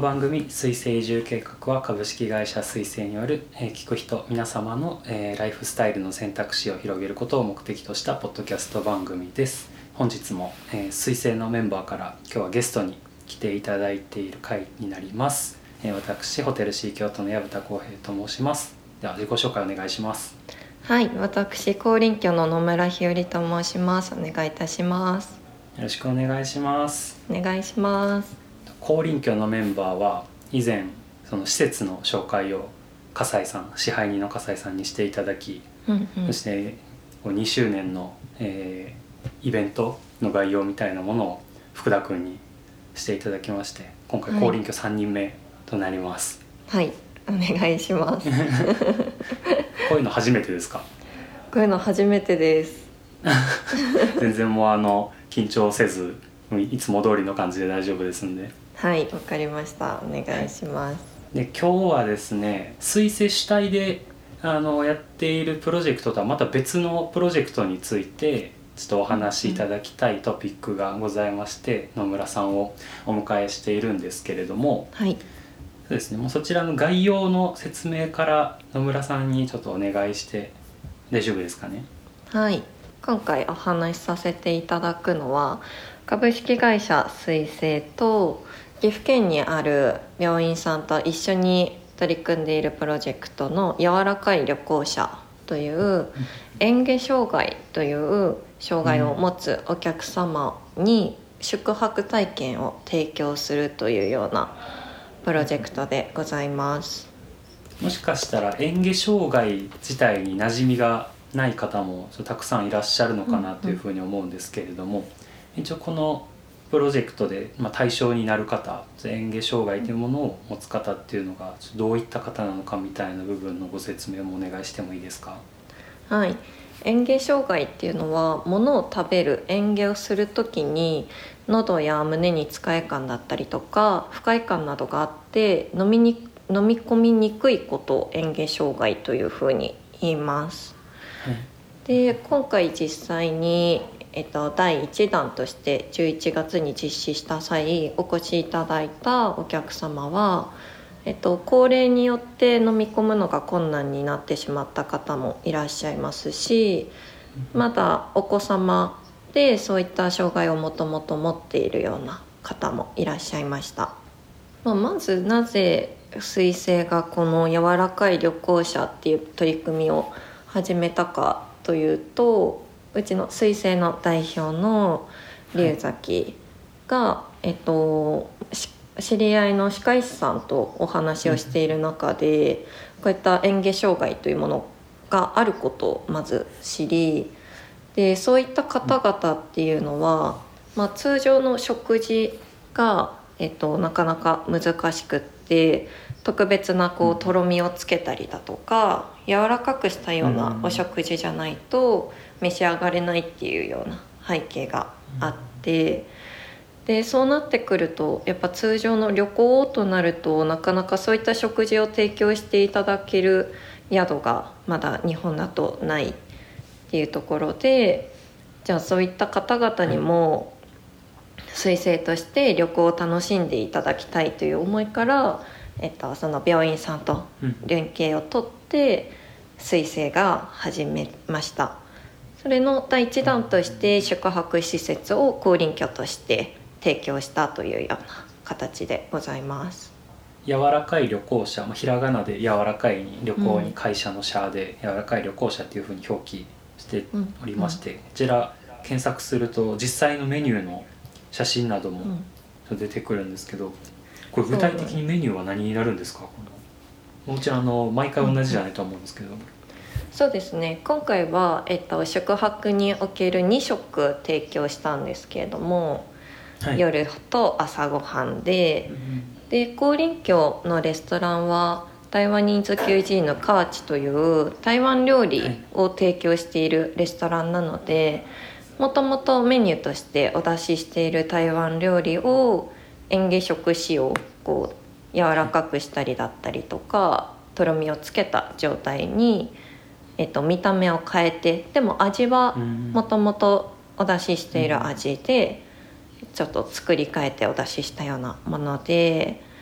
番組水星移住計画は株式会社水星による、聞く人皆様の、ライフスタイルの選択肢を広げることを目的としたポッドキャスト番組です。本日も、水星のメンバーから今日はゲストに来ていただいている回になります。私ホテル C 京都の薮田光平と申します。では自己紹介お願いします。 はい、私高林居の野村ひよりと申します。お願いいたします。 よろしくお願いします。 お願いします。 高林居のメンバーは以前その施設の紹介を笠井さん、支配人の笠井さんにしていただき、そして2周年の、イベントの概要みたいなものを福田君にしていただきまして、今回高林居3人目となります。 はい、お願いします。 こういうの初めてですか？ こういうの初めてです。 全然もう緊張せずいつも通りの感じで大丈夫ですんで。 はい、わかりました。お願いします。 で今日はですね、水星主体でやっているプロジェクトとはまた別のプロジェクトについてちょっとお話しいただきたいトピックがございまして、野村さんをお迎えしているんですけれども、 はい、 そうですね、もうそちらの概要の説明から野村さんにちょっとお願いして大丈夫ですかね？ はい、今回お話しさせていただくのは株式会社水星と岐阜県にある病院さんと一緒に取り組んでいるプロジェクトの柔らかい旅行者という嚥下障害という障害を持つお客様に宿泊体験を提供するというようなプロジェクトでございます。 もしかしたら嚥下障害自体に馴染みがない方もたくさんいらっしゃるのかなというふうに思うんですけれども、一応このプロジェクトで、対象になる方、嚥下障害というものを持つ方っていうのがどういった方なのかみたいな部分のご説明もお願いしてもいいですか？ はい、嚥下障害っていうのは物を食べる嚥下をするときに喉や胸につかえ感だったりとか不快感などがあって飲み込みにくいことを嚥下障害というふうに言います。で今回実際に第1弾として11月に実施した際お越しいただいたお客様は、高齢によって飲み込むのが困難になってしまった方もいらっしゃいますし、まだお子様でそういった障害をもともと持っているような方もいらっしゃいました。まずなぜ水星がこの柔らかい旅行者っていう取り組みを始めたかというと、うちの水星の代表の龍崎が、知り合いの歯科医師さんとお話をしている中で、こういった嚥下障害というものがあることをまず知り、でそういった方々っていうのは、通常の食事が、なかなか難しくって特別なとろみをつけたりだとか柔らかくしたようなお食事じゃないと召し上がれないっていうような背景があって、でそうなってくるとやっぱ通常の旅行となるとなかなかそういった食事を提供していただける宿がまだ日本だとないっていうところで、じゃあそういった方々にも水星として旅行を楽しんでいただきたいという思いから、その病院さんと連携を取って水星が始めました。それの第一弾として宿泊施設を高林居として提供したというような形でございます。 柔らかい旅行者、ひらがなで柔らかいに旅行に会社の社で柔らかい旅行者っていうふうに表記しておりまして、こちら検索すると実際のメニューの写真なども出てくるんですけど、これ具体的にメニューは何になるんですか？もちろん毎回同じじゃないと思うんですけど。 そうですね、今回は、宿泊における2食提供したんですけれども、夜と朝ごはんで、で高林居のレストランは台湾ニーズ QG のカーチという台湾料理を提供しているレストランなので、もともとメニューとしてお出ししている台湾料理を嚥下食仕様柔らかくしたりだったりとかとろみをつけた状態に、見た目を変えて、でも味はもともとお出ししている味でちょっと作り変えてお出ししたようなもので、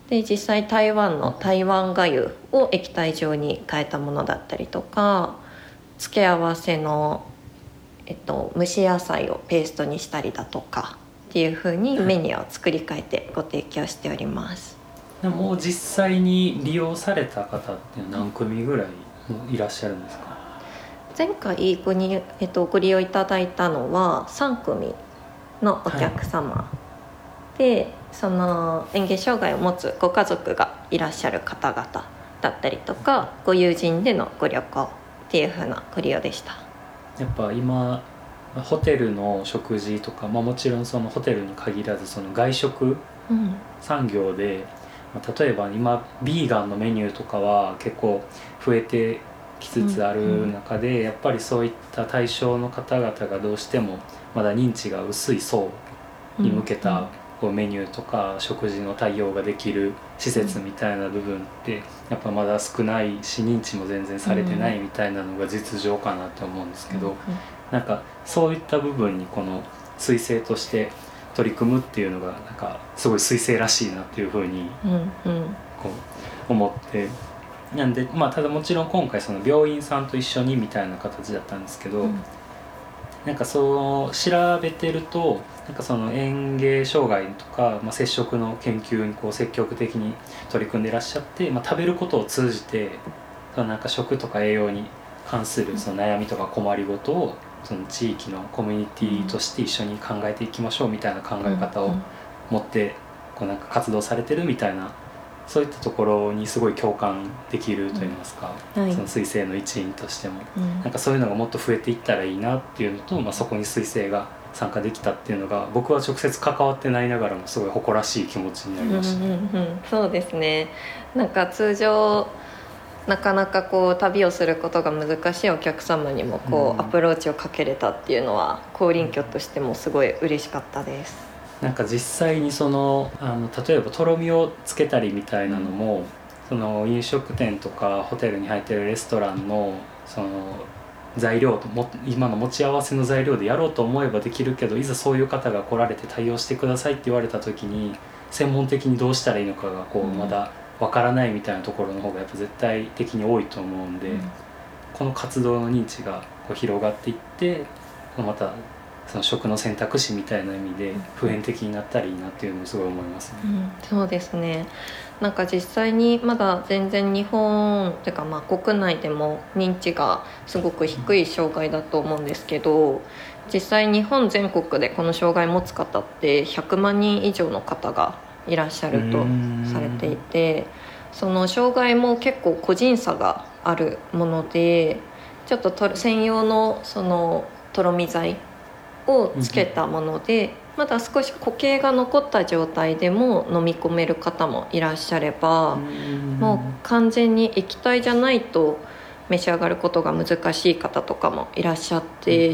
で実際台湾の台湾がゆを液体状に変えたものだったりとか、付け合わせの、蒸し野菜をペーストにしたりだとかっていう風にメニューを作り変えてご提供しております。 でも実際に利用された方って何組ぐらいいらっしゃるんですか？ 前回ご利用いただいたのは3組のお客様、でその嚥下障害を持つご家族がいらっしゃる方々だったりとか、ご友人でのご旅行っていう風なご利用でした。 やっぱ今ホテルの食事とか、もちろんそのホテルに限らずその外食産業で、例えば今ビーガンのメニューとかは結構増えてきつつある中で、やっぱりそういった対象の方々がどうしてもまだ認知が薄い層に向けたこうメニューとか食事の対応ができる施設みたいな部分ってやっぱまだ少ないし、認知も全然されてないみたいなのが実情かなと思うんですけど、なんかそういった部分にこの彗星として取り組むっていうのがなんかすごい彗星らしいなっていうふうにこう思って、なんでただもちろん今回その病院さんと一緒にみたいな形だったんですけど、なんかそう調べてるとなんかその嚥下障害とか、接触の研究にこう積極的に取り組んでいらっしゃって、食べることを通じてそのなんか食とか栄養に関するその悩みとか困りごとをその地域のコミュニティとして一緒に考えていきましょうみたいな考え方を持ってこうなんか活動されてるみたいな、そういったところにすごい共感できると言いますか、その彗星の一員としても、なんかそういうのがもっと増えていったらいいなっていうのと、そこに彗星が参加できたっていうのが僕は直接関わってないながらもすごい誇らしい気持ちになりました。 そうですね。なんか通常なかなかこう旅をすることが難しいお客様にもこうアプローチをかけれたっていうのは光臨居としてもすごい嬉しかったです。 なんか実際にその例えばとろみをつけたりみたいなのも、その飲食店とかホテルに入ってるレストランのその材料と今の持ち合わせの材料でやろうと思えばできるけど、いざそういう方が来られて対応してくださいって言われた時に専門的にどうしたらいいのかがこうまだわからないみたいなところの方がやっぱ絶対的に多いと思うんで、この活動の認知がこう広がっていってまたその食の選択肢みたいな意味で普遍的になったらいいなっていうのをすごい思いますね。 そうですね。なんか実際にまだ全然日本っていうか国内でも認知がすごく低い障害だと思うんですけど、実際日本全国でこの障害を持つ方って100万人以上の方がいらっしゃるとされていて、その障害も結構個人差があるもので、ちょっと専用のそのとろみ剤をつけたもので、まだ少し固形が残った状態でも飲み込める方もいらっしゃれば、もう完全に液体じゃないと召し上がることが難しい方とかもいらっしゃって、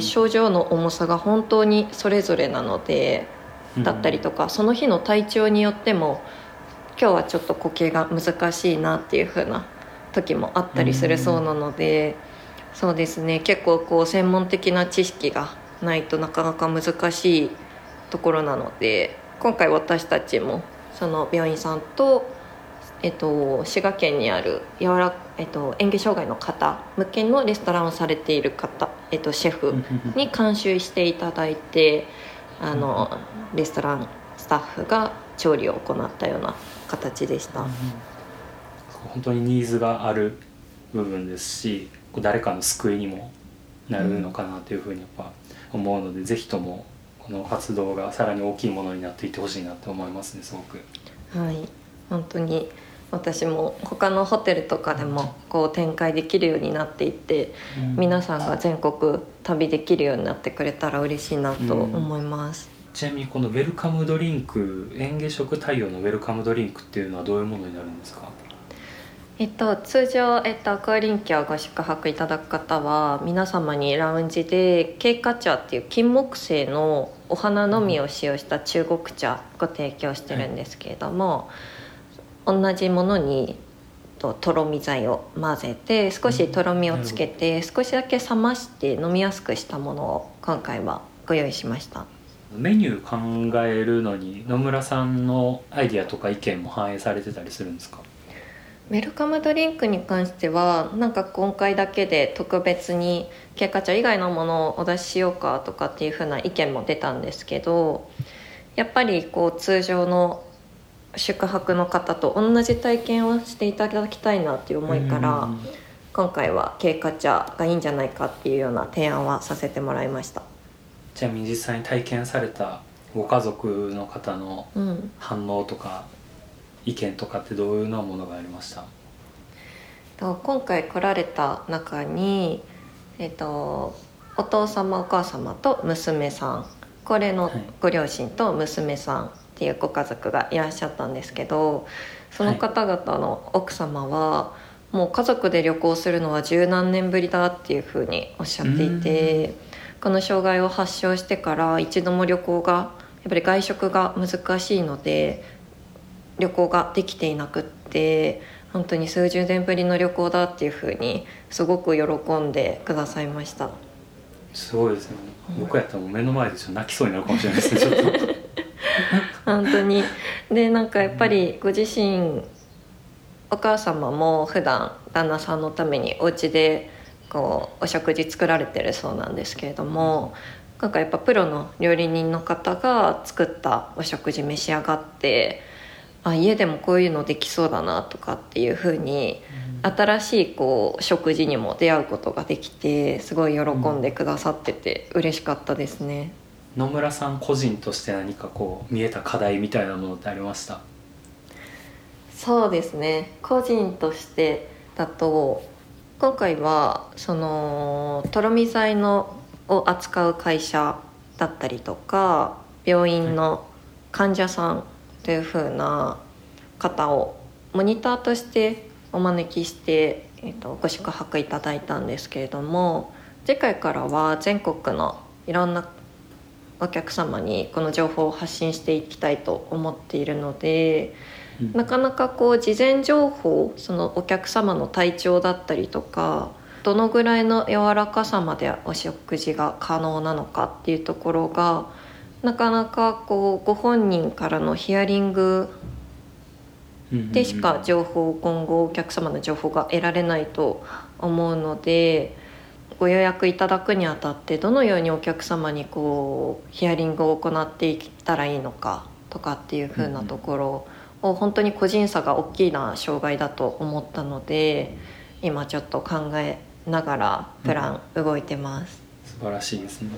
症状の重さが本当にそれぞれなのでだったりとか、その日の体調によっても今日はちょっと固形が難しいなっていう風な時もあったりするそうなので、そうですね、結構こう専門的な知識がないとなかなか難しいところなので、今回私たちもその病院さんと、滋賀県にある嚥下障害の方向けのレストランをされている方、シェフに監修していただいて、レストランスタッフが調理を行ったような形でした。 本当にニーズがある部分ですし、誰かの救いにもなるのかなというふうにやっぱ思うので、ぜひともこの活動がさらに大きいものになっていってほしいなと思いますね、すごく。 はい、本当に私も他のホテルとかでもこう展開できるようになっていって、皆さんが全国旅できるようになってくれたら嬉しいなと思います。 ちなみにこのウェルカムドリンク、嚥下食対応のウェルカムドリンクっていうのはどういうものになるんですか？ 通常、光臨居をご宿泊いただく方は皆様にラウンジで桂花茶っていう金木犀のお花のみを使用した中国茶ご提供してるんですけれども、同じものにとろみ剤を混ぜて少しとろみをつけて少しだけ冷まして飲みやすくしたものを今回はご用意しました。 メニュー考えるのに野村さんのアイディアとか意見も反映されてたりするんですか？ ウェルカムドリンクに関してはなんか今回だけで特別に経過茶以外のものをお出ししようかとかっていう風な意見も出たんですけど、やっぱりこう通常の宿泊の方と同じ体験をしていただきたいなっていう思いから今回は経過茶がいいんじゃないかっていうような提案はさせてもらいました。 ちなみに実際に体験されたご家族の方の反応とか意見とかってどういうようなものがありました？ 今回来られた中に、お父様お母様と娘さん、高齢のご両親と娘さんっていうご家族がいらっしゃったんですけど、その方々の奥様はもう家族で旅行するのは十何年ぶりだっていうふうにおっしゃっていて、この障害を発症してから一度も旅行がやっぱり外食が難しいので旅行ができていなくって、本当に数十年ぶりの旅行だっていうふうにすごく喜んでくださいました。 すごいですね、僕やったらもう目の前でちょっと泣きそうになるかもしれないですねちょっと本当に。でなんかやっぱりご自身お母様も普段旦那さんのためにお家でこうお食事作られてるそうなんですけれども、なんかやっぱプロの料理人の方が作ったお食事召し上がって、家でもこういうのできそうだなとかっていう風に新しいこう食事にも出会うことができて、すごい喜んでくださってて嬉しかったですね。 野村さん個人として何かこう見えた課題みたいなものってありました？ そうですね、個人としてだと今回はそのとろみ剤のを扱う会社だったりとか病院の患者さんという風な方をモニターとしてお招きして、ご宿泊いただいたんですけれども、次回からは全国のいろんなお客様にこの情報を発信していきたいと思っているので、なかなかこう事前情報、そのお客様の体調だったりとかどのぐらいの柔らかさまでお食事が可能なのかっていうところがなかなかこうご本人からのヒアリングでしか情報、今後お客様の情報が得られないと思うので、ご予約いただくにあたってどのようにお客様にこうヒアリングを行っていったらいいのかとかっていう風なところを本当に個人差が大きな障害だと思ったので、今ちょっと考えながらプラン動いてます。 素晴らしいですね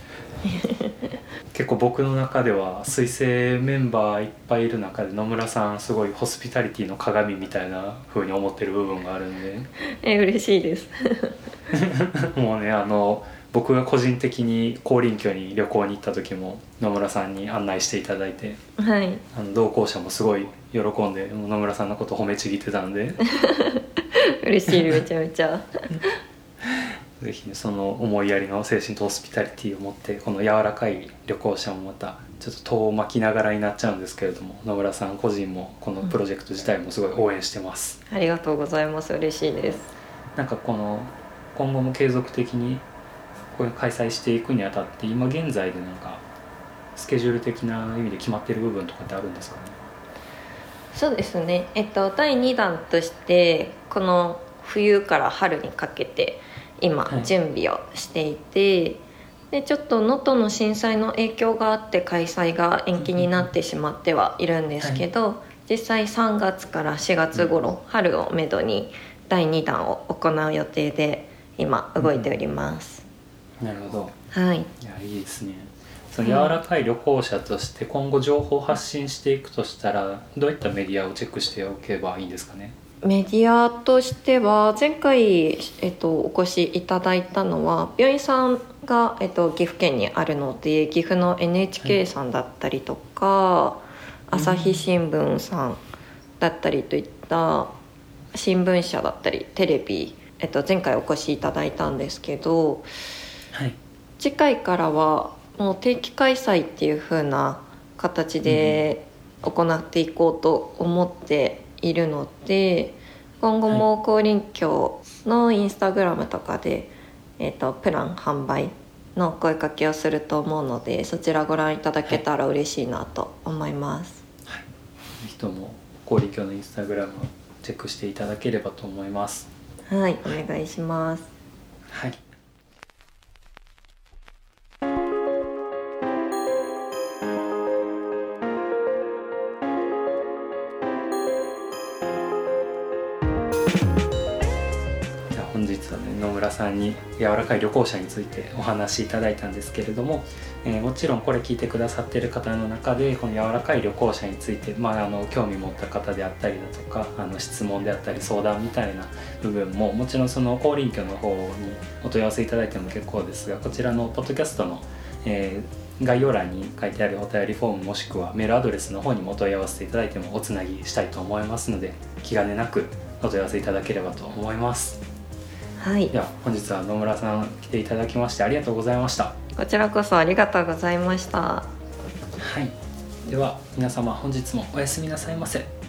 結構僕の中では水星メンバーいっぱいいる中で野村さんすごいホスピタリティの鏡みたいな風に思ってる部分があるんで嬉しいですもうね僕が個人的に高林峡に旅行に行った時も野村さんに案内していただいて、 はい、 同行者もすごい喜んで野村さんのこと褒めちぎってたんで嬉しい、めちゃめちゃぜひその思いやりの精神とホスピタリティを持ってこの柔らかい旅行者もまたちょっと遠巻きながらになっちゃうんですけれども、野村さん個人もこのプロジェクト自体もすごい応援してます、 ありがとうございます。嬉しいです。 なんかこの今後も継続的にこれ開催していくにあたって今現在でなんかスケジュール的な意味で決まってる部分とかってあるんですかね？ そうですね、第2弾としてこの冬から春にかけて今準備をしていて、でちょっと能登の震災の影響があって開催が延期になってしまってはいるんですけど、実際3月から4月頃、春をめどに第2弾を行う予定で今動いております、 なるほど、 はい、 いやいいですね。その柔らかい旅行者として今後情報を発信していくとしたらどういったメディアをチェックしておけばいいんですかね？ メディアとしては前回、お越しいただいたのは病院さんが、岐阜県にあるので岐阜の NHK さんだったりとか、朝日新聞さんだったりといった新聞社だったりテレビ、前回お越しいただいたんですけど、 はい、 次回からはもう定期開催っていう風な形で行っていこうと思っているので、今後も高林峡のインスタグラムとかで、プラン販売の声かけをすると思うので、そちらご覧いただけたら嬉しいなと思います。 はい、ぜひとも広陵のインスタグラムチェックしていただければと思います。 はい、お願いします。 はい。本日はね、野村さんに柔らかい旅行者についてお話しいただいたんですけれども、もちろんこれ聞いてくださっている方の中でこの柔らかい旅行者について、興味持った方であったりだとか、質問であったり相談みたいな部分ももちろんその光林居の方にお問い合わせいただいても結構ですが、こちらのポッドキャストの、概要欄に書いてあるお便りフォームもしくはメールアドレスの方にもお問い合わせていただいてもおつなぎしたいと思いますので、気兼ねなくお問い合わせいただければと思います。 はい、 では本日は野村さん来ていただきましてありがとうございました。 こちらこそありがとうございました。 はい、では皆様本日もおやすみなさいませ。